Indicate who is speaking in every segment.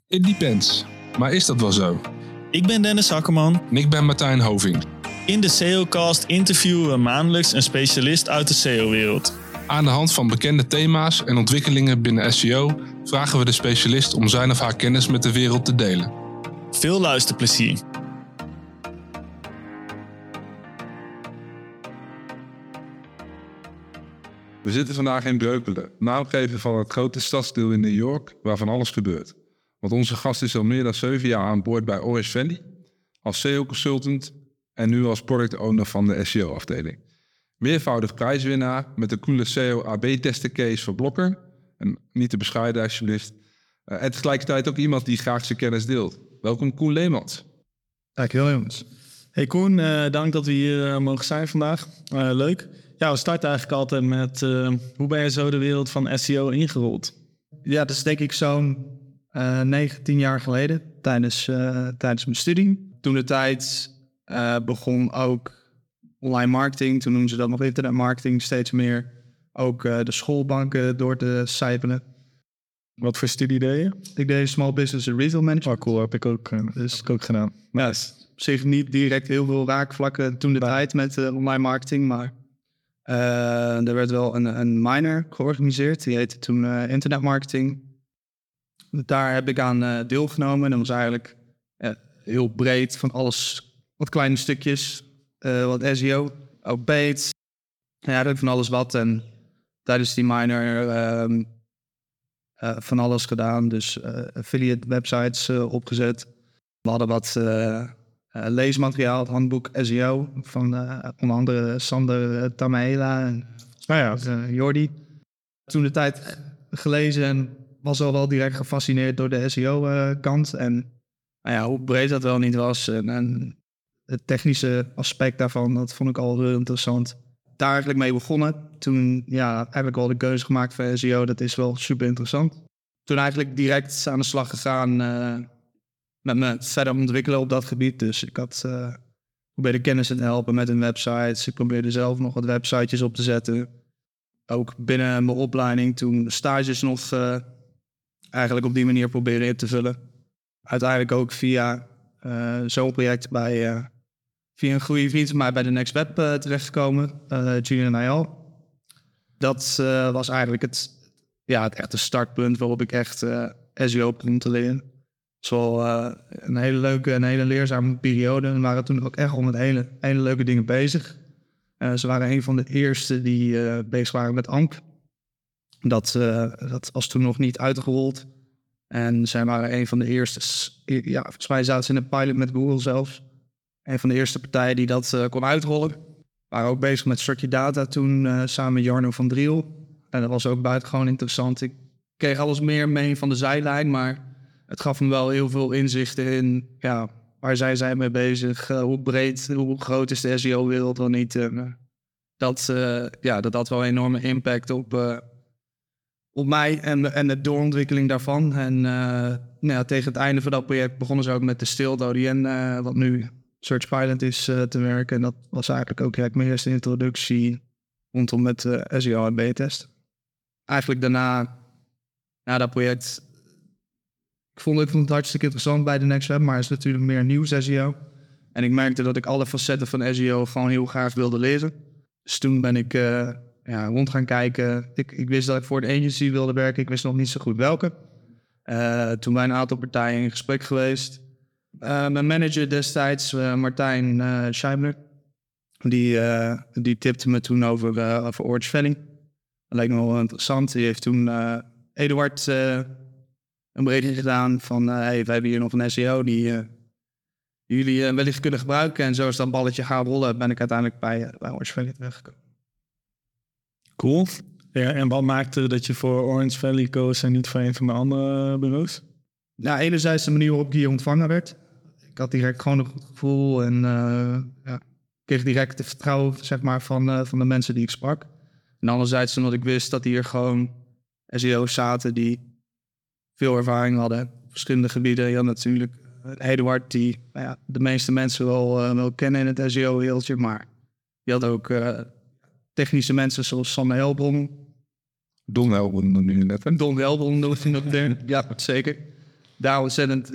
Speaker 1: It depends. Maar is dat wel zo?
Speaker 2: Ik ben Dennis Akkerman.
Speaker 1: En ik ben Martijn Hoving.
Speaker 2: In de SEOcast interviewen we maandelijks een specialist uit de SEO-wereld.
Speaker 1: Aan de hand van bekende thema's en ontwikkelingen binnen SEO vragen we de specialist om zijn of haar kennis met de wereld te delen.
Speaker 2: Veel luisterplezier.
Speaker 1: We zitten vandaag in Breukelen, naamgever van het grote stadsdeel in New York, waar van alles gebeurt. Want onze gast is al meer dan 7 jaar aan boord bij Orange Valley, als SEO-consultant en nu als product owner van de SEO-afdeling. Meervoudig prijswinnaar met een coole SEO AB-testen case voor Blokker. En niet te bescheiden alsjeblieft. En tegelijkertijd ook iemand die graag zijn kennis deelt. Welkom Koen Leemans.
Speaker 3: Dankjewel jongens.
Speaker 2: Hey Koen, dank dat we hier mogen zijn vandaag. Leuk. Ja, we starten eigenlijk altijd met hoe ben je zo de wereld van SEO ingerold?
Speaker 3: Ja, dat is denk ik zo'n 19 jaar geleden tijdens mijn studie. Toen de tijd begon ook online marketing, toen noemden ze dat nog internetmarketing, steeds meer ook de schoolbanken door te sijpelen.
Speaker 2: Wat voor studie deed je?
Speaker 3: Ik deed Small Business and Retail Management.
Speaker 2: Oh cool, heb ik ook gedaan.
Speaker 3: Ja, is op zich niet direct heel veel raakvlakken toen de tijd met online marketing, maar er werd wel een minor georganiseerd. Die heette toen internetmarketing. Daar heb ik aan deelgenomen. Dat was eigenlijk heel breed van alles, wat kleine stukjes, wat SEO, ook paid. Ja, dat van alles wat. En tijdens die minor van alles gedaan. Dus affiliate websites opgezet. We hadden wat leesmateriaal, het handboek SEO van onder andere Sander Tamela en Jordi. Toen de tijd gelezen en was al wel direct gefascineerd door de SEO-kant. En hoe breed dat wel niet was. En het technische aspect daarvan, dat vond ik al heel interessant. Daar eigenlijk mee begonnen. Toen heb ik al de keuze gemaakt voor SEO. Dat is wel super interessant. Toen eigenlijk direct aan de slag gegaan met me verder ontwikkelen op dat gebied. Dus ik probeerde kennis te helpen met een website. Ik probeerde zelf nog wat websitejes op te zetten. Ook binnen mijn opleiding toen stages nog eigenlijk op die manier proberen in te vullen. Uiteindelijk ook via zo'n project via een goede vriend van mij bij de Next Web terechtgekomen, Julian Nayal. Dat was eigenlijk het echte startpunt waarop ik echt SEO begon te leren. Het was wel een hele leuke en hele leerzame periode. We waren toen ook echt al met hele leuke dingen bezig. Ze waren een van de eerste die bezig waren met AMP. Dat was toen nog niet uitgerold. En zij waren een van de eerste, volgens mij zaten ze in een pilot met Google zelfs. Een van de eerste partijen die dat kon uitrollen. We waren ook bezig met Structured Data toen samen met Jarno van Driel. En dat was ook buitengewoon interessant. Ik kreeg alles meer mee van de zijlijn, maar het gaf me wel heel veel inzichten in waar zij zijn mee bezig. Hoe breed, hoe groot is de SEO-wereld wel niet. Dat had wel een enorme impact op mij en de doorontwikkeling daarvan. En tegen het einde van dat project begonnen ze ook met de Stilt ODN, wat nu Search Pilot is, te werken. En dat was eigenlijk ook direct mijn eerste introductie rondom met SEO en B-test. Eigenlijk daarna, na dat project, ik vond het hartstikke interessant bij de Next Web, maar het is natuurlijk meer nieuws SEO. En ik merkte dat ik alle facetten van SEO gewoon heel graag wilde leren. Dus toen ben ik rond gaan kijken. Ik wist dat ik voor een agency wilde werken. Ik wist nog niet zo goed welke. Toen bij een aantal partijen in gesprek geweest. Mijn manager destijds, Martijn Scheibler, die tipte me toen over Orange Valley. Dat leek me wel interessant. Die heeft toen Eduard een berichtje gedaan van we hebben hier nog een SEO die jullie wellicht kunnen gebruiken. En zo is dat balletje gaan rollen. Ben ik uiteindelijk bij Orange Valley terechtgekomen.
Speaker 2: Cool. Ja, en wat maakte dat je voor Orange Valley koos en niet voor een van de andere bureaus?
Speaker 3: Enerzijds de manier waarop ik hier ontvangen werd. Ik had direct gewoon een goed gevoel en kreeg direct het vertrouwen van de mensen die ik sprak. En anderzijds omdat ik wist dat hier gewoon SEO's zaten die veel ervaring hadden op verschillende gebieden. Je had natuurlijk Eduard, die de meeste mensen wel kennen in het SEO-wereldje, maar je had ook technische mensen zoals Sander Helbron.
Speaker 1: Don Helbron nu net.
Speaker 3: Don Helbron, ja, zeker. daar ontzettend,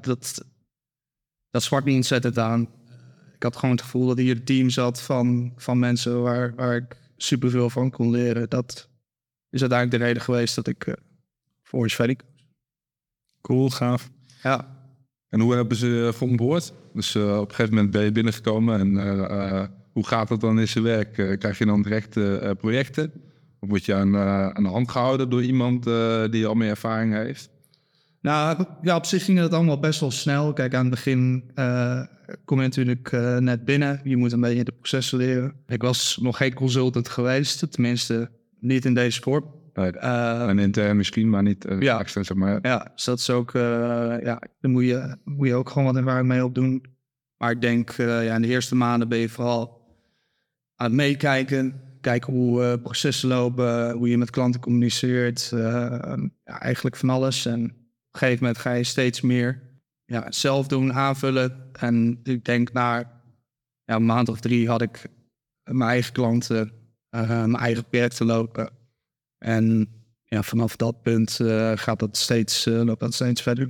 Speaker 3: dat sprak me ontzettend aan. Ik had gewoon het gevoel dat hier een team zat van mensen waar ik superveel van kon leren. Dat is uiteindelijk de reden geweest dat ik voor Orange Valley koos.
Speaker 2: Cool, gaaf.
Speaker 3: Ja.
Speaker 1: En hoe hebben ze je onboard? Dus op een gegeven moment ben je binnengekomen en hoe gaat dat dan in zijn werk? Krijg je dan direct projecten? Of word je aan de hand gehouden door iemand die al meer ervaring heeft?
Speaker 3: Nou, ja, op zich ging het allemaal best wel snel. Kijk, aan het begin kom je natuurlijk net binnen. Je moet een beetje de processen leren. Ik was nog geen consultant geweest, tenminste niet in deze vorm.
Speaker 1: En intern misschien, maar niet extra, zeg maar.
Speaker 3: Ja, dus dat is ook, daar moet je ook gewoon wat ervaring mee opdoen. Maar ik denk, in de eerste maanden ben je vooral aan het meekijken. Kijken hoe processen lopen, hoe je met klanten communiceert. Eigenlijk van alles. En op een gegeven moment ga je steeds meer zelf doen, aanvullen. En ik denk na een maand of 3 had ik mijn eigen klanten, mijn eigen projecten lopen. En vanaf dat punt loopt dat steeds verder.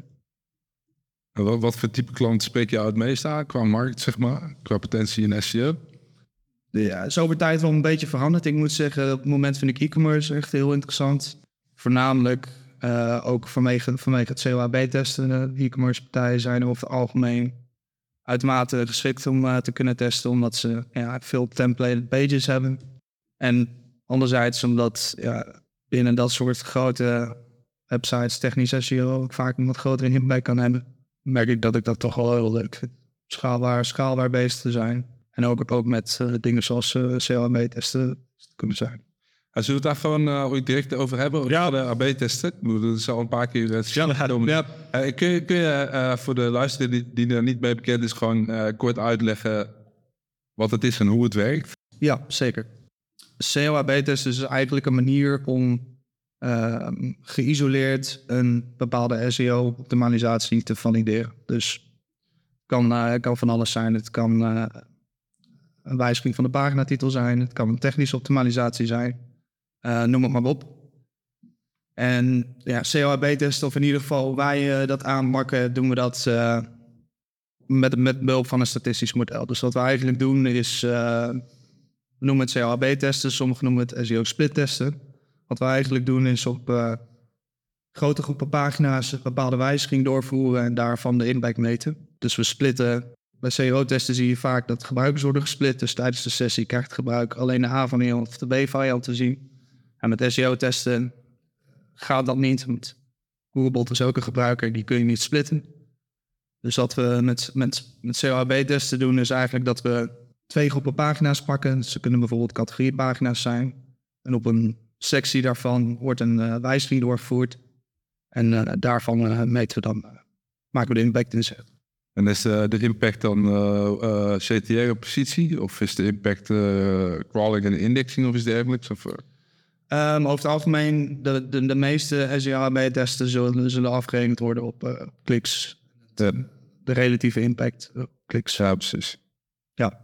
Speaker 1: En wat voor type klant spreek je het meest aan qua markt, zeg maar? Qua potentie in SEO?
Speaker 3: Ja, is over tijd wel een beetje veranderd. Ik moet zeggen, op het moment vind ik e-commerce echt heel interessant. Voornamelijk ook vanwege het COAB-testen. De e-commerce partijen zijn over het algemeen uitermate geschikt om te kunnen testen, omdat ze veel templated pages hebben. En anderzijds omdat binnen dat soort grote websites technisch SEO ook vaak een wat grotere impact kan hebben, merk ik dat toch wel heel leuk vind. Schaalbaar bezig te zijn. En ook met dingen zoals COAB-testen kunnen zijn.
Speaker 1: Zullen we het daar gewoon direct over hebben? Over de AB-testen? Dat is al een paar keer kun je voor de luisteraar die er niet mee bekend is, gewoon kort uitleggen wat het is en hoe het werkt?
Speaker 3: Ja, zeker. COAB-testen is eigenlijk een manier om geïsoleerd een bepaalde SEO-optimalisatie te valideren. Dus het kan van alles zijn. Het kan een wijziging van de paginatitel zijn. Het kan een technische optimalisatie zijn. Noem het maar op. En COAB-testen, of in ieder geval hoe wij dat aanpakken, doen we dat met behulp van een statistisch model. Dus wat we eigenlijk doen is, we noemen het COAB-testen, sommigen noemen het SEO-split-testen. Wat we eigenlijk doen is op grote groepen pagina's een bepaalde wijziging doorvoeren en daarvan de impact meten. Dus we splitten. Bij CO-testen zie je vaak dat gebruikers worden gesplit. Dus tijdens de sessie krijgt het gebruik alleen de A-variant of de B-variant te zien. En met SEO-testen gaat dat niet. Want Googlebot is ook een gebruiker, die kun je niet splitten. Dus wat we met COAB-testen doen is eigenlijk dat we 2 groepen pagina's pakken. Ze kunnen bijvoorbeeld categoriepagina's zijn. En op een sectie daarvan wordt een wijziging doorgevoerd. En daarvan maken we de impact inzet.
Speaker 1: En is de impact dan CTR-positie? Of is de impact crawling en indexing of iets dergelijks?
Speaker 3: Over het algemeen, de meeste SEO-AB-testen zullen afgerekend worden op kliks. De relatieve impact op kliks.
Speaker 1: Ja, precies.
Speaker 3: Ja.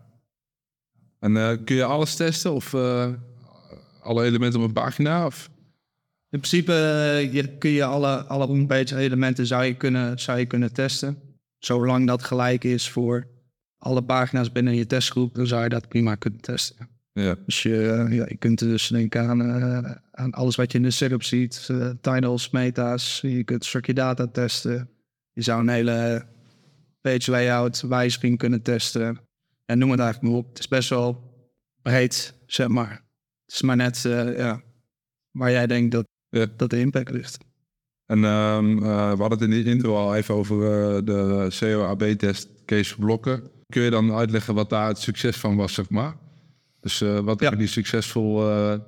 Speaker 1: En kun je alles testen? Of alle elementen op een pagina? Of?
Speaker 3: In principe kun je alle homepage elementen zou je kunnen testen. Zolang dat gelijk is voor alle pagina's binnen je testgroep, dan zou je dat prima kunnen testen.
Speaker 1: Ja.
Speaker 3: Dus je kunt dus denken aan alles wat je in de setup ziet. Titles, meta's, je kunt structure data testen. Je zou een hele page layout wijziging kunnen testen. En noem het eigenlijk maar op. Het is best wel breed, zeg maar. Het is maar net waar jij denkt dat de impact ligt.
Speaker 1: En we hadden het in de intro al even over de COAB-test Kees Blokken. Kun je dan uitleggen wat daar het succes van was, zeg maar? Dus wat hebben die succesvol...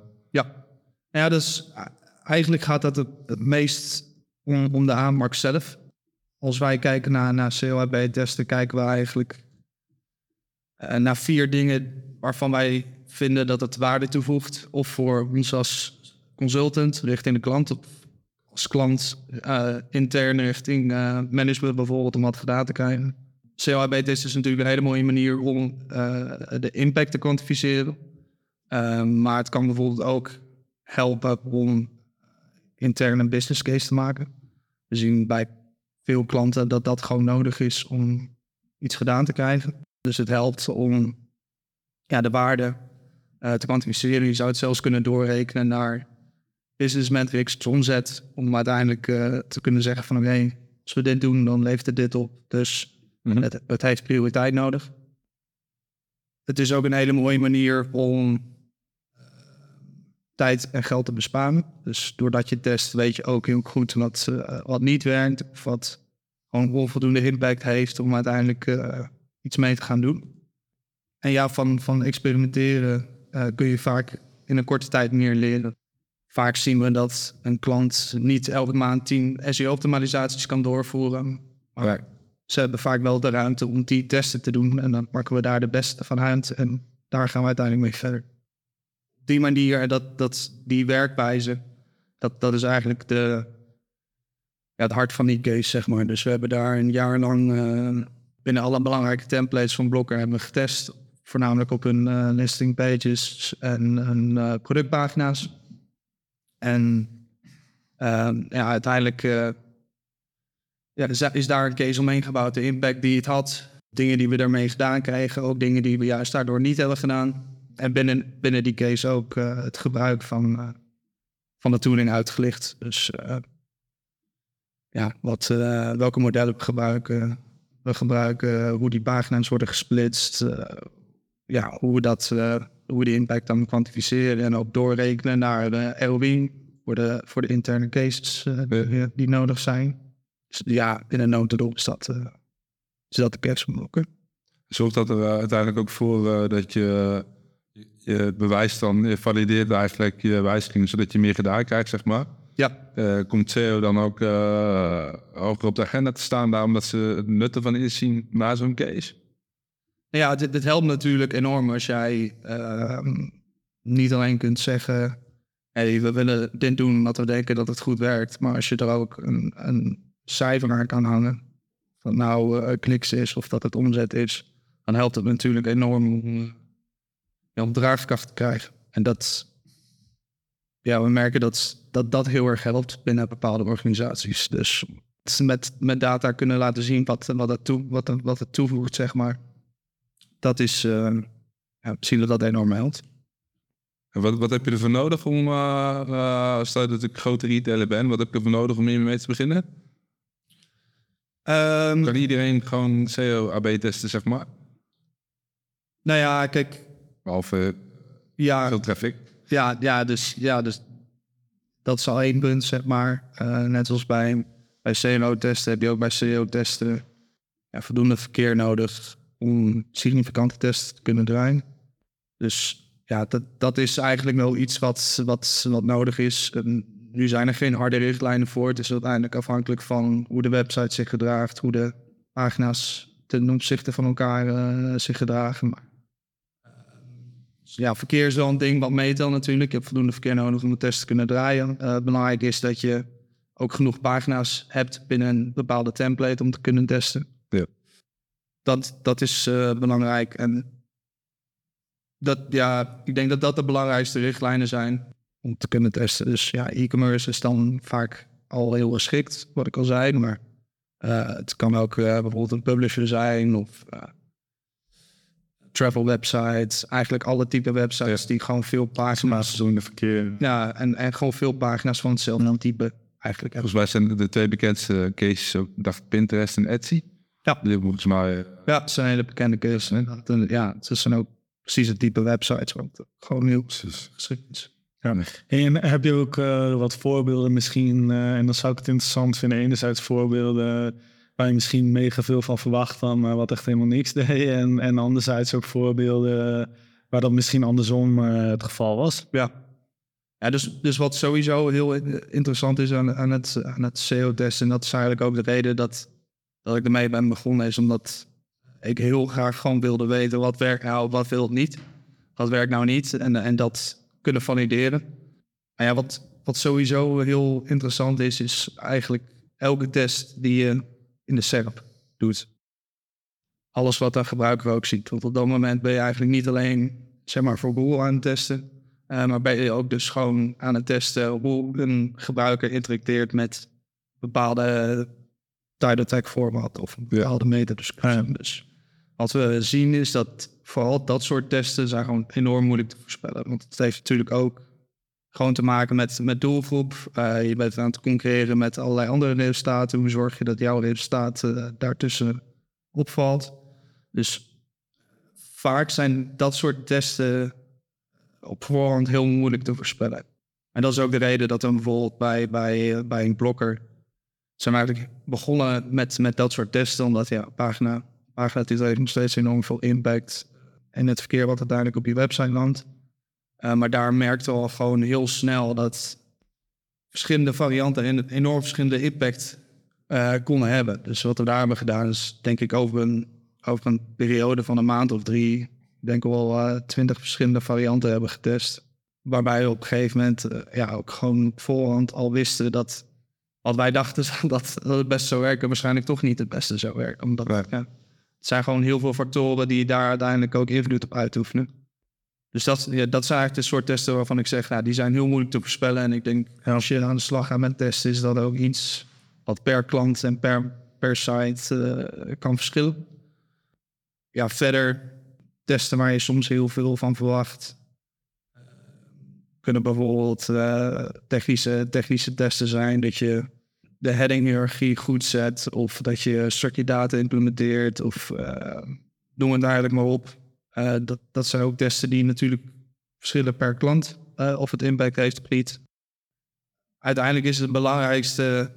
Speaker 3: Ja, dus eigenlijk gaat dat het meest om de aanpak zelf. Als wij kijken naar COAB-testen, kijken we eigenlijk naar 4 dingen waarvan wij vinden dat het waarde toevoegt. Of voor ons als consultant richting de klant, of als klant intern richting management bijvoorbeeld, om wat gedaan te krijgen. COAB-test is natuurlijk een hele mooie manier om de impact te kwantificeren. Maar het kan bijvoorbeeld ook helpen om intern een business case te maken. We zien bij veel klanten dat gewoon nodig is om iets gedaan te krijgen. Dus het helpt om de waarde te kwantificeren. Je zou het zelfs kunnen doorrekenen naar business metrics, omzet, om uiteindelijk te kunnen zeggen van oké, als we dit doen, dan levert het dit op. Dus het heeft prioriteit nodig. Het is ook een hele mooie manier om tijd en geld te besparen. Dus doordat je test, weet je ook heel goed wat niet werkt, of wat gewoon onvoldoende impact heeft om uiteindelijk iets mee te gaan doen. En ja, van experimenteren kun je vaak in een korte tijd meer leren. Vaak zien we dat een klant niet elke maand 10 SEO-optimalisaties kan doorvoeren. Maar ze hebben vaak wel de ruimte om die testen te doen. En dan pakken we daar de beste van uit. En daar gaan we uiteindelijk mee verder. Op die manier, die werkwijze, dat is eigenlijk het hart van die case, zeg maar. Dus we hebben daar een jaar lang binnen alle belangrijke templates van Blokker hebben we getest. Voornamelijk op hun listing pages en hun productpagina's. En uiteindelijk is daar een case omheen gebouwd. De impact die het had, dingen die we daarmee gedaan kregen, ook dingen die we juist daardoor niet hebben gedaan. En binnen die case ook het gebruik van de tooling uitgelicht. Dus welke modellen we gebruiken. We gebruiken hoe die pagina's worden gesplitst. Hoe we die impact dan kwantificeren en ook doorrekenen naar de ROI voor de interne cases die nodig zijn. Dus ja, in een notendop is dat de case van Blokker.
Speaker 1: Zorgt dat er uiteindelijk ook voor dat je bewijs dan je valideert eigenlijk je wijzigingen, zodat je meer gedaan krijgt, zeg maar?
Speaker 3: Ja.
Speaker 1: Komt SEO dan ook hoger op de agenda te staan, daarom dat ze het nut ervan inzien na zo'n case?
Speaker 3: Ja, dit helpt natuurlijk enorm als jij niet alleen kunt zeggen, hey, we willen dit doen omdat we denken dat het goed werkt. Maar als je er ook een cijfer aan kan hangen, of dat kliks is of dat het omzet is, dan helpt het natuurlijk enorm om draagkracht te krijgen. En we merken dat heel erg helpt binnen bepaalde organisaties. Dus met data kunnen laten zien wat het toevoegt, zeg maar. Dat is, we zien dat enorm helpt.
Speaker 1: En wat heb je ervoor nodig om, stel dat ik een grote retailer ben, wat heb ik ervoor nodig om hiermee te beginnen? Kan iedereen gewoon SEO AB testen, zeg maar?
Speaker 3: Nou ja, kijk.
Speaker 1: Behalve veel traffic.
Speaker 3: Dus dat is al één punt, zeg maar. Net zoals bij CLO-testen heb je ook bij SEO-testen voldoende verkeer nodig om significante testen te kunnen draaien. Dus ja, dat is eigenlijk wel iets wat nodig is. En nu zijn er geen harde richtlijnen voor. Het is uiteindelijk afhankelijk van hoe de website zich gedraagt, hoe de pagina's ten opzichte van elkaar zich gedragen. Maar verkeer is wel een ding wat meetelt natuurlijk. Je hebt voldoende verkeer nodig om de test te kunnen draaien. Belangrijk is dat je ook genoeg pagina's hebt binnen een bepaalde template om te kunnen testen.
Speaker 1: Ja.
Speaker 3: Dat is belangrijk. En ik denk dat de belangrijkste richtlijnen zijn om te kunnen testen. Dus ja, e-commerce is dan vaak al heel geschikt, wat ik al zei. Maar het kan ook bijvoorbeeld een publisher zijn of travel websites. Eigenlijk alle type websites die gewoon veel pagina's
Speaker 1: doen in de verkeer.
Speaker 3: Ja, en gewoon veel pagina's van hetzelfde type eigenlijk.
Speaker 1: Volgens mij zijn de twee bekendste cases ook Pinterest en Etsy.
Speaker 3: Ja.
Speaker 1: Die volgens mij...
Speaker 3: Ja, het zijn hele bekende cases. Het zijn ook precies het type websites wat gewoon heel geschikt is.
Speaker 2: Ja. En heb je ook wat voorbeelden misschien, en dan zou ik het interessant vinden, enerzijds voorbeelden waar je misschien mega veel van verwacht dan wat echt helemaal niks deed. En anderzijds ook voorbeelden waar dat misschien andersom het geval was.
Speaker 3: Ja, dus wat sowieso heel interessant is aan het SEO-testen, en dat is eigenlijk ook de reden dat ik ermee ben begonnen, is omdat ik heel graag gewoon wilde weten wat werkt nou, wat wil het niet. Wat werkt nou niet en dat kunnen valideren. Maar ja, wat sowieso heel interessant is eigenlijk elke test die je in de SERP doet. Alles wat daar gebruiker ook ziet. Want op dat moment ben je eigenlijk niet alleen zeg maar voor Google aan het testen, maar ben je ook dus gewoon aan het testen hoe een gebruiker interacteert met bepaalde title tag format of een bepaalde meta-description.
Speaker 2: Ja.
Speaker 3: Dus wat we zien is dat vooral dat soort testen zijn gewoon enorm moeilijk te voorspellen. Want het heeft natuurlijk ook gewoon te maken met doelgroep. Je bent aan het concurreren met allerlei andere resultaten. Hoe zorg je dat jouw resultaat daartussen opvalt? Dus vaak zijn dat soort testen op voorhand heel moeilijk te voorspellen. En dat is ook de reden dat we bijvoorbeeld bij een blokker zijn we eigenlijk begonnen met dat soort testen. Omdat pagina heeft nog steeds enorm veel impact. En het verkeer wat uiteindelijk op je website landt. Maar daar merkten we al gewoon heel snel dat verschillende varianten en enorm verschillende impact konden hebben. Dus wat we daar hebben gedaan is denk ik over een periode van een maand of 3... ik denk wel 20 verschillende varianten hebben getest. Waarbij we op een gegeven moment ook gewoon op voorhand al wisten dat wat wij dachten dat het best zou werken, waarschijnlijk toch niet het beste zou werken. Omdat het zijn gewoon heel veel factoren die daar uiteindelijk ook invloed op uitoefenen. Dus dat zijn eigenlijk de soort testen waarvan ik zeg, die zijn heel moeilijk te voorspellen. En ik denk, als je aan de slag gaat met testen, is dat ook iets wat per klant en per site kan verschillen. Ja, verder testen waar je soms heel veel van verwacht. Kunnen bijvoorbeeld technische testen zijn, dat je de heading-hiërarchie goed zet, of dat je structured data implementeert, of noem het eigenlijk maar op. Dat zijn ook testen die natuurlijk verschillen per klant, of het impact heeft of niet. Uiteindelijk is het belangrijkste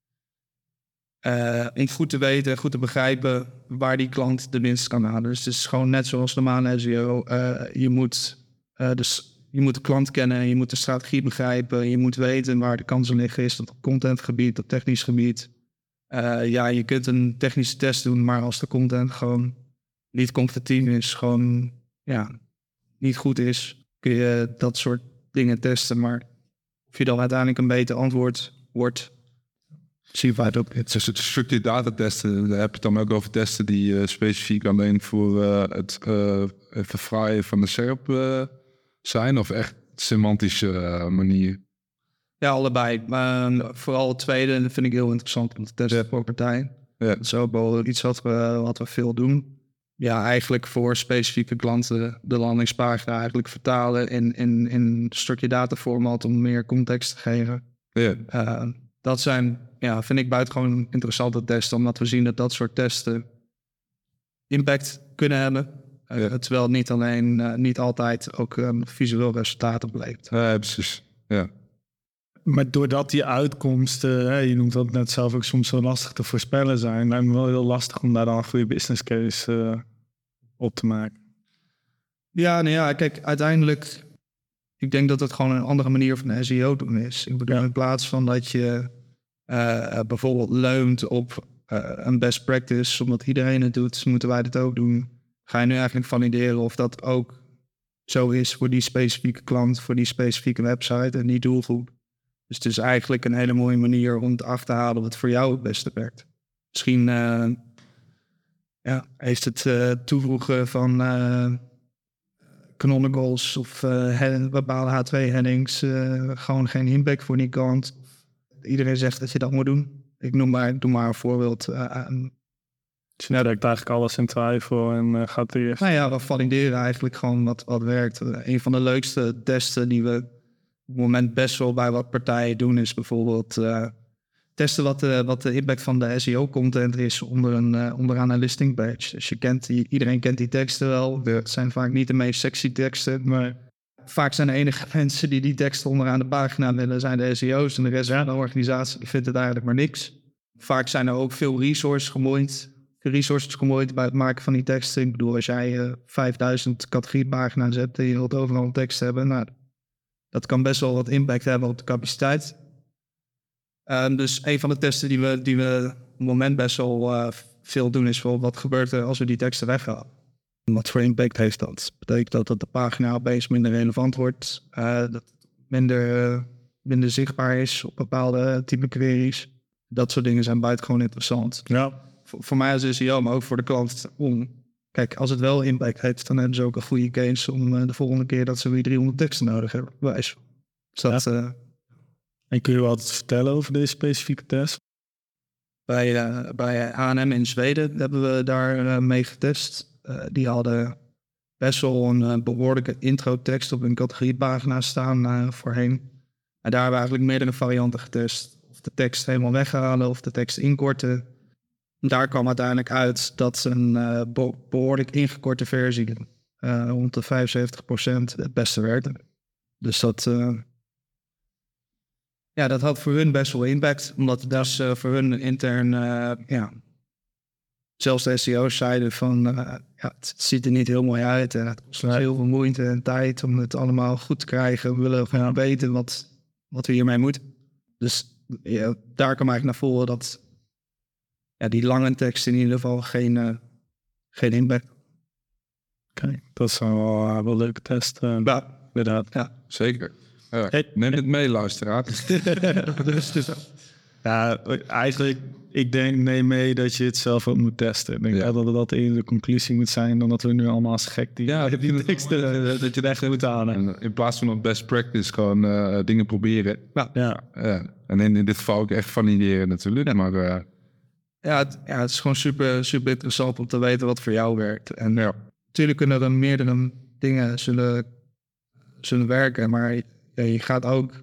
Speaker 3: om goed te weten en goed te begrijpen waar die klant de winst kan halen. Dus het is gewoon net zoals normale SEO. Je moet de klant kennen, je moet de strategie begrijpen, je moet weten waar de kansen liggen. Is dat op contentgebied, op technisch gebied? Je kunt een technische test doen, maar als de content gewoon niet competitief is, gewoon niet goed is, kun je dat soort dingen testen. Maar of je dan uiteindelijk een beter antwoord wordt, zie je het ook.
Speaker 1: Het is het structured data testen. Daar heb je het dan ook over testen die specifiek alleen voor het verfraaien van de SERP zijn, of echt semantische manier?
Speaker 3: Ja, allebei. Maar vooral het tweede vind ik heel interessant om te testen voor partijen.
Speaker 1: Ja.
Speaker 3: Dat is ook wel iets wat we veel doen. Ja, eigenlijk voor specifieke klanten de landingspagina eigenlijk vertalen in structured data format om meer context te geven.
Speaker 1: Ja.
Speaker 3: Dat zijn, vind ik buitengewoon interessante testen, omdat we zien dat dat soort testen impact kunnen hebben. Terwijl het niet altijd ook visueel resultaat oplevert.
Speaker 1: Precies. Ja.
Speaker 2: Maar doordat die uitkomsten, je noemt dat net zelf ook soms zo lastig te voorspellen zijn, lijkt me wel heel lastig om daar dan een goede business case op te maken.
Speaker 3: Ja, kijk, uiteindelijk, ik denk dat het gewoon een andere manier van SEO doen is. Ik bedoel, in plaats van dat je bijvoorbeeld leunt op een best practice, omdat iedereen het doet, moeten wij dit ook doen. Ga je nu eigenlijk valideren of dat ook zo is voor die specifieke klant, voor die specifieke website en die doelgroep. Dus het is eigenlijk een hele mooie manier om het af te halen wat voor jou het beste werkt. Misschien heeft het toevoegen van canonicals of bepaalde H2-headings gewoon geen impact voor die klant. Iedereen zegt dat je dat moet doen. Ik doe maar een voorbeeld.
Speaker 2: Dus daar ik eigenlijk alles in twijfel en gaat eerst.
Speaker 3: We valideren eigenlijk gewoon wat werkt. Een van de leukste testen die we op het moment best wel bij wat partijen doen is bijvoorbeeld testen wat de impact van de SEO-content is onderaan een listingpage. Dus iedereen kent die teksten wel. Het zijn vaak niet de meest sexy teksten, maar vaak zijn de enige mensen die teksten onderaan de pagina willen zijn de SEO's en de rest van de organisatie die vindt het eigenlijk maar niks. Vaak zijn er ook veel resources gemoeid bij het maken van die teksten. Ik bedoel, als jij 5000 categoriepagina's hebt en je wilt overal een tekst hebben, dat kan best wel wat impact hebben op de capaciteit. Dus een van de testen die we op het moment best wel veel doen is wel wat gebeurt er als we die teksten weghalen. Wat voor impact heeft dat? Betekent dat de pagina opeens minder relevant wordt, dat het minder zichtbaar is op bepaalde type queries. Dat soort dingen zijn buitengewoon interessant.
Speaker 2: Ja.
Speaker 3: Voor mij als SEO, maar ook voor de klant. Kijk, als het wel impact heeft, dan hebben ze ook een goede case om de volgende keer dat ze weer 300 teksten nodig hebben. Dus dat,
Speaker 2: En kun je wat vertellen over deze specifieke test?
Speaker 3: Bij H&M in Zweden hebben we daar mee getest. Die hadden best wel een behoorlijke introtekst op hun categoriepagina staan voorheen. En daar hebben we eigenlijk meerdere varianten getest. Of de tekst helemaal weghalen of de tekst inkorten. Daar kwam uiteindelijk uit dat een behoorlijk ingekorte versie rond de 75% het beste werkte. Dus dat had voor hun best wel impact. Omdat het dus voor hun intern, zelfs de SEO's zeiden van, het ziet er niet heel mooi uit. En het kost heel veel moeite en tijd om het allemaal goed te krijgen. We willen gewoon weten wat we hiermee moeten. Dus daar kwam eigenlijk naar voren dat die lange tekst in ieder geval geen impact.
Speaker 2: Oké, dat is wel een leuke test. Inderdaad.
Speaker 3: Ja.
Speaker 1: Zeker. Ja,
Speaker 2: Hey.
Speaker 1: neem het mee, luisteraar.
Speaker 2: Ja, eigenlijk, ik denk neem mee dat je het zelf ook moet testen. Ik denk dat eerder de conclusie moet zijn dan dat we nu allemaal als gek die teksten, dat je het echt moet halen.
Speaker 1: En in plaats van op best practice gewoon dingen proberen.
Speaker 2: Ja.
Speaker 1: En in dit geval ook echt valideren natuurlijk. Maar,
Speaker 3: het is gewoon super, super interessant om te weten wat voor jou werkt. En natuurlijk kunnen er meerdere dingen zullen werken, maar je gaat ook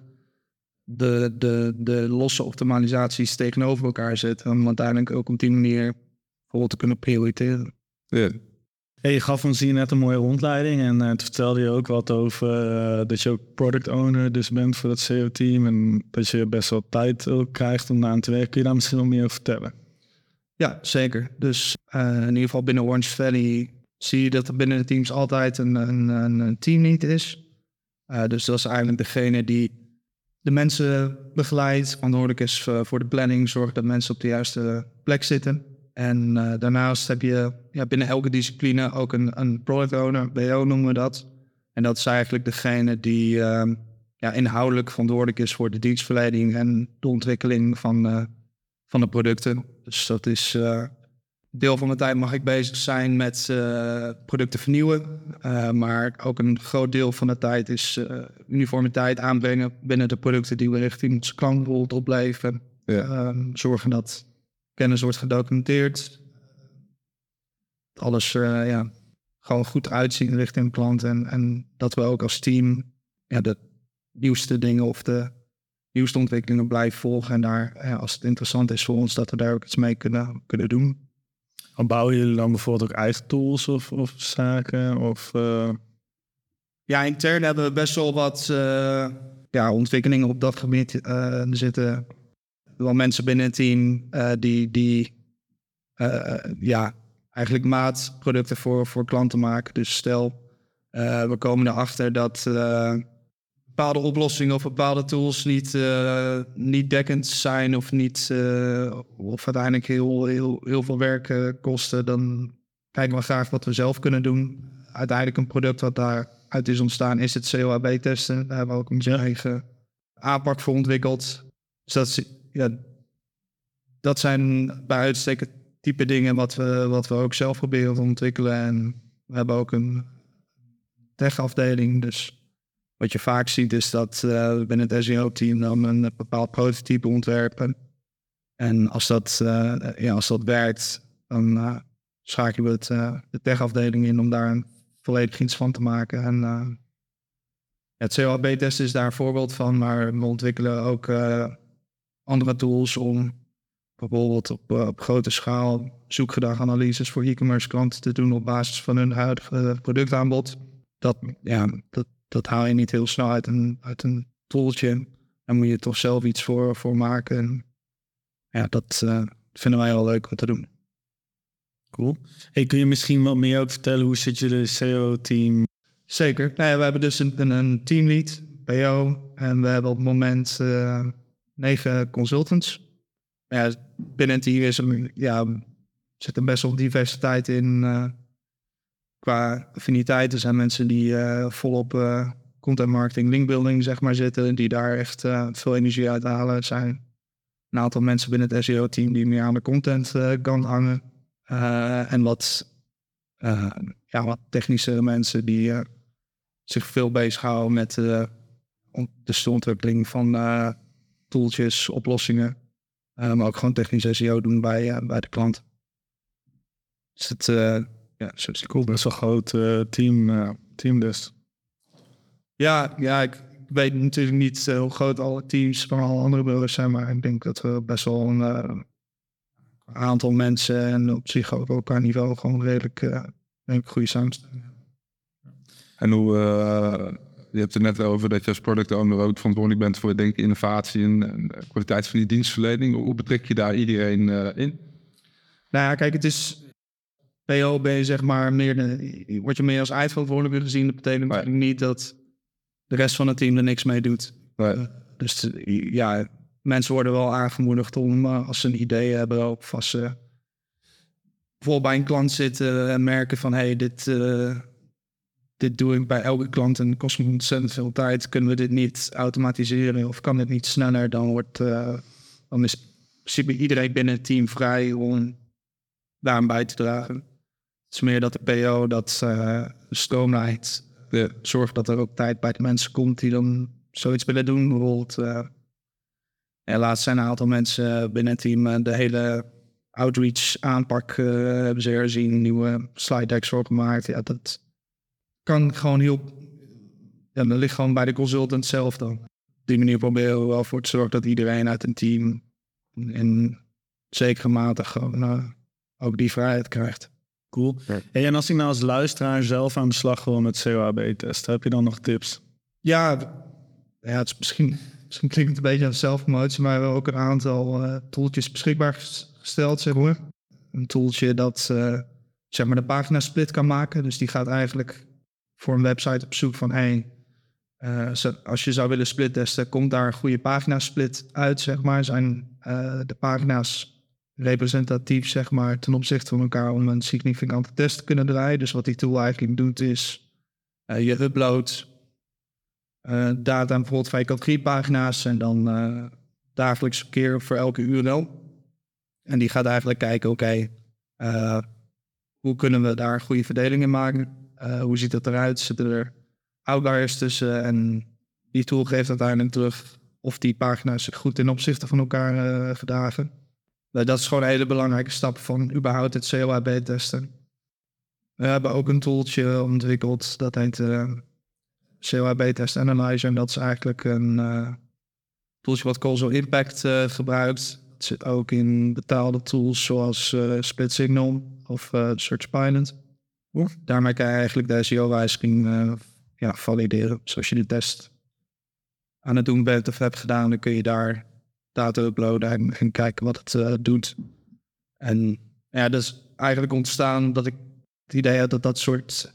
Speaker 3: de losse optimalisaties tegenover elkaar zetten om uiteindelijk ook op die manier bijvoorbeeld te kunnen prioriteren.
Speaker 1: ja.
Speaker 2: Hey, je gaf ons hier net een mooie rondleiding en toen vertelde je ook wat over dat je ook product owner dus bent voor het SEO-team en dat je best wel tijd ook krijgt om aan te werken. Kun je daar misschien nog meer over vertellen?
Speaker 3: Ja, zeker. Dus in ieder geval binnen Orange Valley zie je dat er binnen de teams altijd een teamlead is. Dus dat is eigenlijk degene die de mensen begeleidt, verantwoordelijk is voor de planning, zorgt dat mensen op de juiste plek zitten. En daarnaast heb je binnen elke discipline ook een product owner, BO noemen we dat. En dat is eigenlijk degene die inhoudelijk verantwoordelijk is voor de dienstverlening en de ontwikkeling van de producten. Dus dat is deel van de tijd mag ik bezig zijn met producten vernieuwen. Maar ook een groot deel van de tijd is uniformiteit aanbrengen binnen de producten die we richting onze klant bijvoorbeeld opleveren. Zorgen dat kennis wordt gedocumenteerd. Dat alles gewoon goed uitzien richting de klant. En dat we ook als team de nieuwste dingen of de nieuwste ontwikkelingen blijven volgen. En daar, als het interessant is voor ons, dat we daar ook iets mee kunnen doen.
Speaker 2: Bouwen jullie dan bijvoorbeeld ook eigen tools of zaken?
Speaker 3: Ja, intern hebben we best wel wat ontwikkelingen op dat gebied. Er zitten wel mensen binnen het team die eigenlijk maatproducten voor klanten maken. Dus stel, we komen erachter dat bepaalde oplossingen of bepaalde tools niet dekkend zijn of niet of uiteindelijk heel veel werk kosten, dan kijken we graag wat we zelf kunnen doen. Uiteindelijk een product wat daaruit is ontstaan is het COAB-testen. Daar hebben we ook een eigen aanpak voor ontwikkeld. Dus dat zijn bij uitstek het type dingen wat we ook zelf proberen te ontwikkelen. En we hebben ook een tech-afdeling, dus wat je vaak ziet is dat we binnen het SEO-team dan een bepaald prototype ontwerpen. En als dat werkt, dan schakelen we de tech-afdeling in om daar volledig iets van te maken. En het COAB-test is daar een voorbeeld van, maar we ontwikkelen ook andere tools om bijvoorbeeld op grote schaal zoekgedraganalyses voor e-commerce klanten te doen op basis van hun huidige productaanbod. Dat haal je niet heel snel uit een tooltje. Daar moet je toch zelf iets voor maken. En dat vinden wij wel leuk om te doen.
Speaker 2: Cool. Hey, kun je misschien wat meer ook vertellen, hoe zit jullie SEO-team?
Speaker 3: Zeker. We hebben dus een teamlead, PO. En we hebben op het moment 9 consultants. Binnen het team zit er best wel diversiteit in. Qua affiniteit, er zijn mensen die volop content marketing, linkbuilding zeg maar zitten, die daar echt veel energie uit halen. Er zijn een aantal mensen binnen het SEO-team die meer aan de content kant hangen. En wat technische mensen die zich veel bezighouden met de ontwikkeling van tooltjes, oplossingen. Maar ook gewoon technisch SEO doen bij de klant. Dus het, zo is het.
Speaker 2: Cool, best wel een groot team dus.
Speaker 3: Ja, ik weet natuurlijk niet hoe groot alle teams van alle andere builders zijn, maar ik denk dat we best wel een aantal mensen en op zich ook op elkaar niveau gewoon redelijk goede samenstelling.
Speaker 1: En je hebt het net over dat je als product owner ook verantwoordelijk bent voor innovatie en kwaliteit van die dienstverlening. Hoe betrek je daar iedereen in?
Speaker 3: Nou ja, kijk, het is PO ben je zeg maar word je meer als eindverantwoordelijke gezien. Dat betekent natuurlijk niet dat de rest van het team er niks mee doet. Dus mensen worden wel aangemoedigd om als ze een idee hebben of als ze bijvoorbeeld bij een klant zitten en merken van dit doe ik bij elke klant en het kost me ontzettend veel tijd. Kunnen we dit niet automatiseren of kan dit niet sneller? Dan is in principe iedereen binnen het team vrij om daaraan bij te dragen. Het is meer dat de PO dat stroomlijnt. Zorgt dat er ook tijd bij de mensen komt die dan zoiets willen doen. Bijvoorbeeld, laatst zijn een aantal mensen binnen het team de hele outreach aanpak hebben ze herzien. Nieuwe slide decks voor gemaakt. Ja, dat kan gewoon dat ligt gewoon bij de consultant zelf dan. Op die manier proberen we wel voor te zorgen dat iedereen uit een team in zekere mate gewoon ook die vrijheid krijgt.
Speaker 2: Cool. Ja. Hey, en als ik nou als luisteraar zelf aan de slag wil met CO/AB-testen, heb je dan nog tips?
Speaker 3: Ja, het is misschien klinkt het een beetje als zelfpromotie, maar we hebben ook een aantal tooltjes beschikbaar gesteld, zeg maar. Een tooltje dat zeg maar de pagina split kan maken. Dus die gaat eigenlijk voor een website op zoek van als je zou willen split testen, komt daar een goede pagina split uit, zeg maar. Zijn de pagina's representatief, zeg maar, ten opzichte van elkaar om een significante test te kunnen draaien. Dus wat die tool eigenlijk doet is, je uploadt data bijvoorbeeld van je categoriepagina's en dan dagelijks verkeer voor elke URL. En die gaat eigenlijk kijken, hoe kunnen we daar een goede verdeling in maken? Hoe ziet dat eruit? Zitten er outliers tussen? En die tool geeft uiteindelijk terug of die pagina's zich goed ten opzichte van elkaar gedragen. Dat is gewoon een hele belangrijke stap van überhaupt het CO/AB-testen. We hebben ook een tooltje ontwikkeld, dat heet CO/AB-test Analyzer. En dat is eigenlijk een tooltje wat Causal Impact gebruikt. Het zit ook in betaalde tools zoals Split Signal of Search Pilot. Daarmee kan je eigenlijk de SEO-wijziging valideren. Dus als je de test aan het doen bent of hebt gedaan, dan kun je daar data uploaden en kijken wat het doet. En dat is eigenlijk ontstaan dat ik het idee had dat soort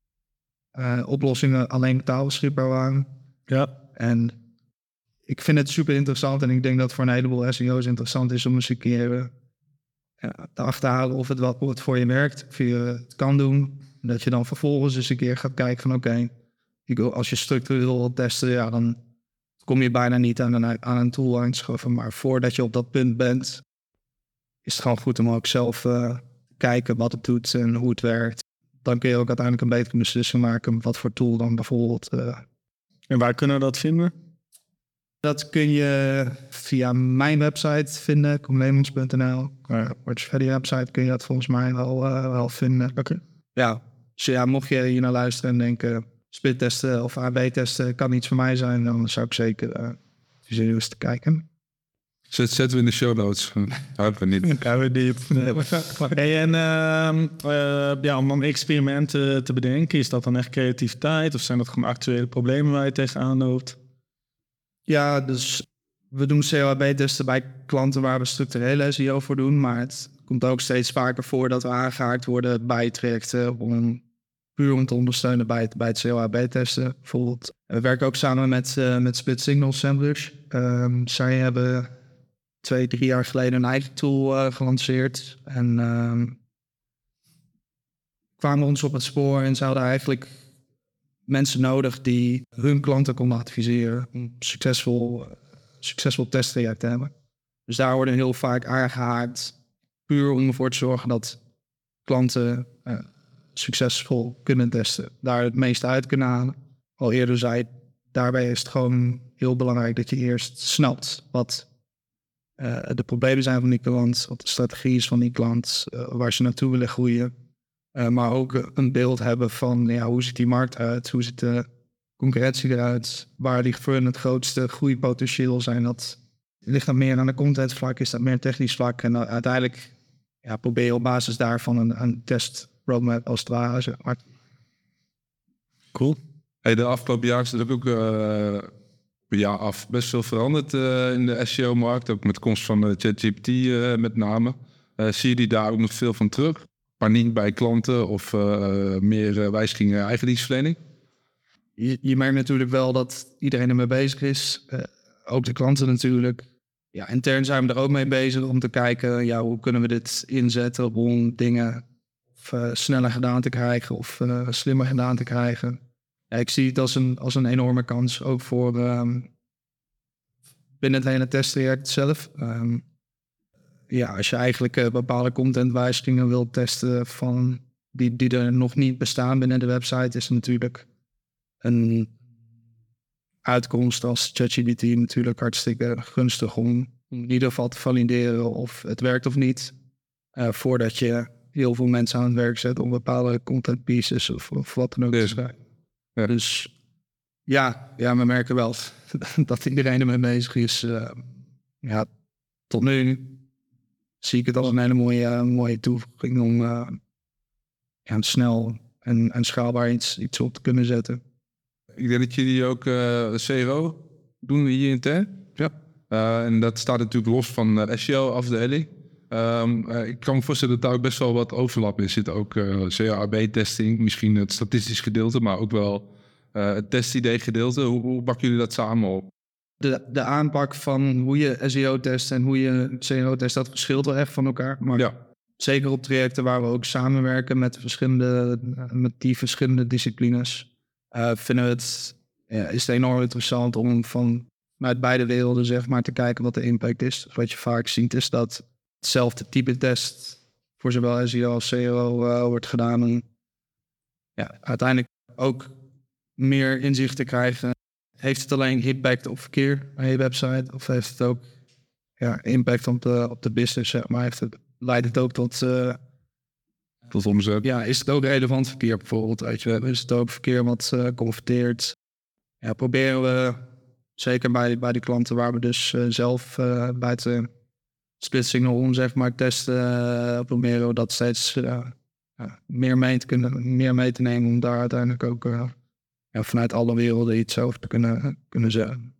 Speaker 3: oplossingen alleen betaalbeschikbaar waren. Ja. En ik vind het super interessant en ik denk dat het voor een heleboel SEO's interessant is om eens een keer te achterhalen of het wat voor je werkt, of je het kan doen. En dat je dan vervolgens eens een keer gaat kijken van als je structureel wilt testen, dan kom je bijna niet aan een tool aanschaffen. Maar voordat je op dat punt bent, is het gewoon goed om ook zelf te kijken wat het doet en hoe het werkt. Dan kun je ook uiteindelijk een betere beslissing maken wat voor tool dan bijvoorbeeld.
Speaker 2: En waar kunnen we dat vinden?
Speaker 3: Dat kun je via mijn website vinden, comlemans.nl. Watchfedia website kun je dat volgens mij wel vinden.
Speaker 2: Okay.
Speaker 3: Ja, dus mocht je hier naar luisteren en denken, splittesten of AB-testen kan iets voor mij zijn, dan zou ik zeker eens te kijken.
Speaker 1: Zetten we in de show notes. Houden we niet.
Speaker 2: Gaan we diep. Hey, en om dan experimenten te bedenken, is dat dan echt creativiteit of zijn dat gewoon actuele problemen waar je tegenaan loopt?
Speaker 3: Ja, dus we doen CO/AB-testen bij klanten waar we structurele SEO voor doen, maar het komt ook steeds vaker voor dat we aangehaakt worden bij trajecten puur om te ondersteunen bij het CO/AB-testen. Bijvoorbeeld, we werken ook samen met Split Signal Assemblers. Zij hebben 2-3 jaar geleden een eigen tool gelanceerd en kwamen ons op het spoor en ze hadden eigenlijk mensen nodig die hun klanten konden adviseren om succesvol testtraject te hebben. Dus daar worden heel vaak aangehaakt puur om ervoor te zorgen dat klanten succesvol kunnen testen, daar het meeste uit kunnen halen. Al eerder zei, daarbij is het gewoon heel belangrijk dat je eerst snapt wat de problemen zijn van die klant, wat de strategie is van die klant, waar ze naartoe willen groeien. Maar ook een beeld hebben van hoe ziet die markt uit, hoe ziet de concurrentie eruit, waar ligt voor hun het grootste groeipotentieel zijn. Ligt dat meer aan de content vlak, is dat meer technisch vlak en uiteindelijk probeer je op basis daarvan een test roadmap als het ware, zeg maar.
Speaker 2: Cool.
Speaker 1: Hey, de afgelopen jaar is er ook jaar af best veel veranderd in de SEO-markt. Ook met de komst van ChatGPT met name. Zie je die daar ook nog veel van terug? Paniek bij klanten of meer wijzigingen eigen dienstverlening?
Speaker 3: Je merkt natuurlijk wel dat iedereen ermee bezig is. Ook de klanten natuurlijk. Ja, intern zijn we er ook mee bezig om te kijken, hoe kunnen we dit inzetten om dingen sneller gedaan te krijgen of slimmer gedaan te krijgen. Ja, ik zie het als een enorme kans, ook voor binnen het hele testtraject zelf. Als je eigenlijk bepaalde contentwijzigingen wilt testen van die er nog niet bestaan binnen de website, is het natuurlijk een uitkomst als ChatGPT natuurlijk hartstikke gunstig om in ieder geval te valideren of het werkt of niet. Voordat je heel veel mensen aan het werk zet om bepaalde content pieces of wat dan ook te schrijven.
Speaker 1: Ja.
Speaker 3: Dus we merken wel dat iedereen ermee bezig is. Tot nu zie ik het als een hele mooie toevoeging om snel en schaalbaar iets op te kunnen zetten.
Speaker 1: Ik denk dat jullie ook CRO doen hier intern.
Speaker 3: Ja.
Speaker 1: En dat staat natuurlijk los van de SEO-afdeling. Ik kan me voorstellen dat daar ook best wel wat overlap in zit. Ook CRB-testing, misschien het statistisch gedeelte, maar ook wel het testidee-gedeelte. Hoe pakken jullie dat samen op?
Speaker 3: De aanpak van hoe je SEO test en hoe je CRO test, dat verschilt wel echt van elkaar. Maar zeker op trajecten waar we ook samenwerken met die verschillende disciplines, vinden we is het enorm interessant om vanuit beide werelden zeg maar te kijken wat de impact is. Dus wat je vaak ziet is dat hetzelfde type test voor zowel SEO als CRO wordt gedaan. En uiteindelijk ook meer inzicht te krijgen. Heeft het alleen impact op verkeer aan je website? Of heeft het ook impact op de business? Zeg maar leidt het ook tot
Speaker 1: omzet?
Speaker 3: Ja, is het ook relevant verkeer bijvoorbeeld? Weet je? Is het ook verkeer wat converteert? Ja, proberen we, zeker bij de klanten waar we dus zelf buiten split signal om zeg maar testen, proberen we dat steeds meer mee te nemen om daar uiteindelijk ook vanuit alle werelden iets over te kunnen zeggen.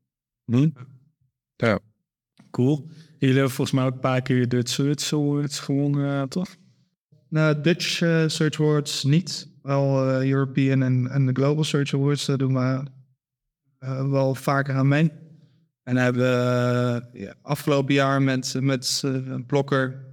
Speaker 1: Ja.
Speaker 2: Cool. Jullie hebben volgens mij ook een paar keer de Search Awards gewonnen, toch?
Speaker 3: Nou, Dutch Search Awards niet. Wel European en de Global Search Awards doen we wel vaker aan mee. En hebben we afgelopen jaar met Blokker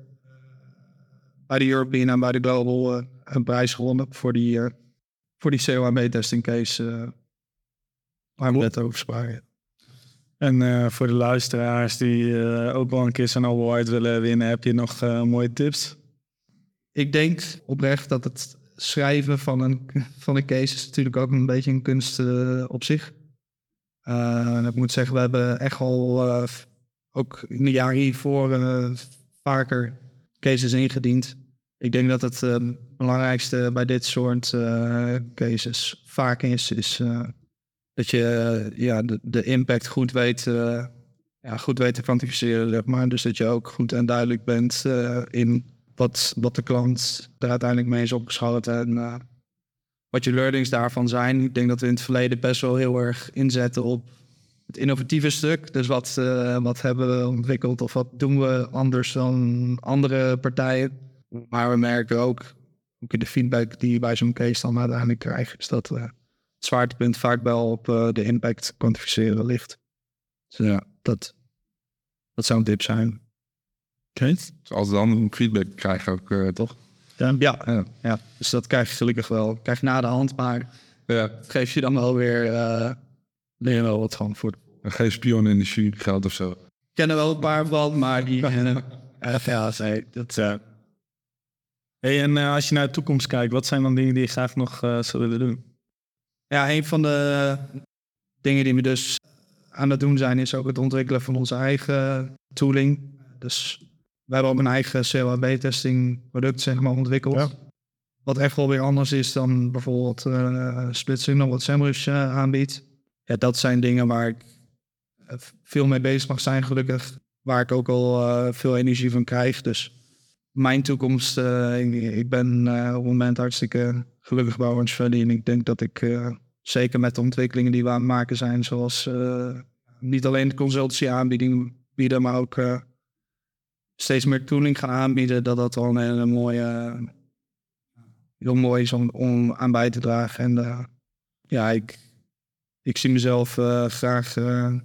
Speaker 3: bij de European en bij de Global een prijs gewonnen voor die COAB-testing case waar we net over spraken.
Speaker 2: En voor de luisteraars die ook wel een keer zo'n award willen winnen, heb je nog mooie tips?
Speaker 3: Ik denk oprecht dat het schrijven van een case is natuurlijk ook een beetje een kunst op zich. Ik moet zeggen, we hebben echt al ook in de jaren hiervoor vaker cases ingediend. Ik denk dat het belangrijkste bij dit soort cases vaak is dat je de impact goed weet te kwantificeren, zeg maar. Dus dat je ook goed en duidelijk bent in wat de klant er uiteindelijk mee is opgeschoten en wat je learnings daarvan zijn. Ik denk dat we in het verleden best wel heel erg inzetten op het innovatieve stuk. Dus wat hebben we ontwikkeld of wat doen we anders dan andere partijen. Maar we merken ook in de feedback die je bij zo'n case dan uiteindelijk krijgt, is dat het zwaartepunt vaak wel op de impact kwantificeren ligt. Dus dat zou een tip zijn.
Speaker 2: Oké.
Speaker 1: Dus als dan feedback krijgen ook, toch?
Speaker 3: Ja, dus dat krijg je gelukkig wel. Krijg je na de hand, maar geef je dan wel weer leer je wel wat van voor.
Speaker 1: Geen spion in de jury geld of zo.
Speaker 3: Ik ken er wel een paar van, maar die
Speaker 2: Hey, en als je naar de toekomst kijkt, wat zijn dan dingen die je graag nog zou willen doen?
Speaker 3: Ja, een van de dingen die we dus aan het doen zijn, is ook het ontwikkelen van onze eigen tooling. Dus we hebben ook een eigen CLHB-testing product zeg maar, ontwikkeld.
Speaker 2: Ja.
Speaker 3: Wat echt wel weer anders is dan bijvoorbeeld Split Signal wat SEMrush aanbiedt. Ja, dat zijn dingen waar ik veel mee bezig mag zijn gelukkig. Waar ik ook al veel energie van krijg. Dus mijn toekomst, ik ben op het moment hartstikke gelukkig bij Orange Valley. En ik denk dat ik zeker met de ontwikkelingen die we aan het maken zijn. Zoals niet alleen de consultancy aanbieding bieden, maar ook steeds meer tooling gaan aanbieden. Dat wel een hele mooie, heel mooi is om aan bij te dragen. En ik zie mezelf graag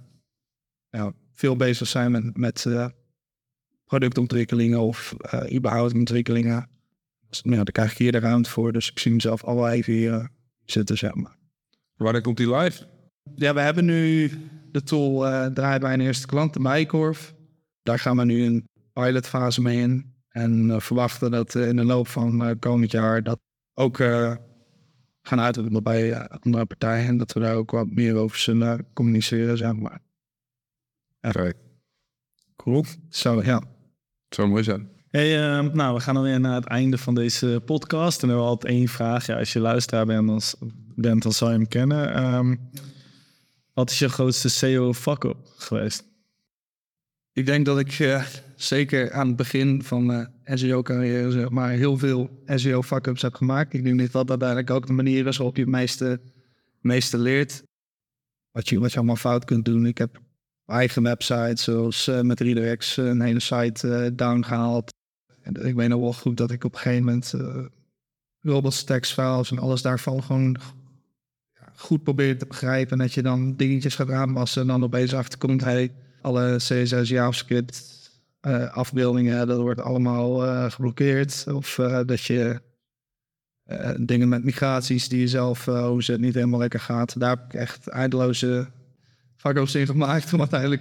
Speaker 3: veel bezig zijn met productontwikkelingen of überhaupt ontwikkelingen. Dus, daar krijg ik hier de ruimte voor. Dus ik zie mezelf al wel even hier zitten, zeg maar.
Speaker 1: Wanneer komt die live?
Speaker 3: Ja, we hebben nu de tool draaien bij een eerste klant, de Bijenkorf. Daar gaan we nu een pilotfase mee in. En verwachten dat in de loop van komend jaar dat ook gaan uitrollen bij andere partijen. En dat we daar ook wat meer over zullen communiceren, zeg maar.
Speaker 1: Oké.
Speaker 3: Cool. Zo, ja.
Speaker 1: Zou mooi zijn.
Speaker 2: Hey, we gaan alweer naar het einde van deze podcast. En dan hebben we altijd één vraag. Ja, als je luisteraar bent, dan zal je hem kennen. Wat is je grootste SEO fuck-up geweest?
Speaker 3: Ik denk dat ik zeker aan het begin van mijn SEO-carrière zeg maar, heel veel SEO-fuck-ups heb gemaakt. Ik denk dat dat uiteindelijk ook de manier is waarop je het meeste leert. Wat je allemaal fout kunt doen. Ik heb eigen websites, zoals met Redirects, een hele site down gehaald. En ik weet nog wel goed dat ik op een gegeven moment robots, tekstfiles en alles daarvan gewoon goed probeerde te begrijpen. En dat je dan dingetjes gaat aanpassen en dan opeens achterkomt, alle CSS, JavaScript afbeeldingen, dat wordt allemaal geblokkeerd. Of dat je dingen met migraties die je zelf, hoe ze het niet helemaal lekker gaat. Daar heb ik echt eindeloze fuck-ups in gemaakt om uiteindelijk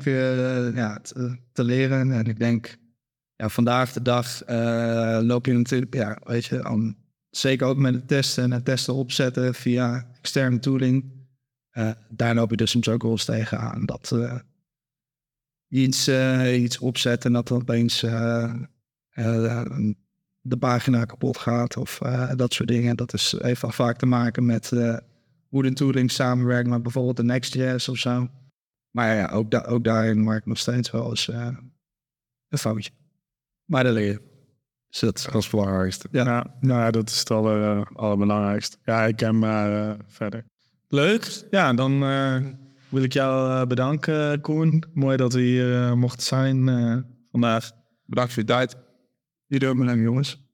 Speaker 3: te leren. En ik denk, vandaag de dag loop je natuurlijk, zeker ook met het testen en testen opzetten via externe tooling. Daar loop je dus soms ook wel eens tegenaan dat iets opzet en dat dan opeens de pagina kapot gaat of dat soort dingen. Dat heeft wel vaak te maken met hoe de tooling samenwerkt met bijvoorbeeld de Next.js of zo. Maar ja, ook daarin maak ik nog steeds wel eens een foutje. Maar dat leer je. Dus dat is
Speaker 2: Ja, dat is het allerbelangrijkste. Ja, ik ken maar verder. Leuk. Ja, dan wil ik jou bedanken, Koen. Mooi dat we hier mochten zijn vandaag.
Speaker 1: Bedankt voor je tijd.
Speaker 3: Jullie ook bedankt, jongens.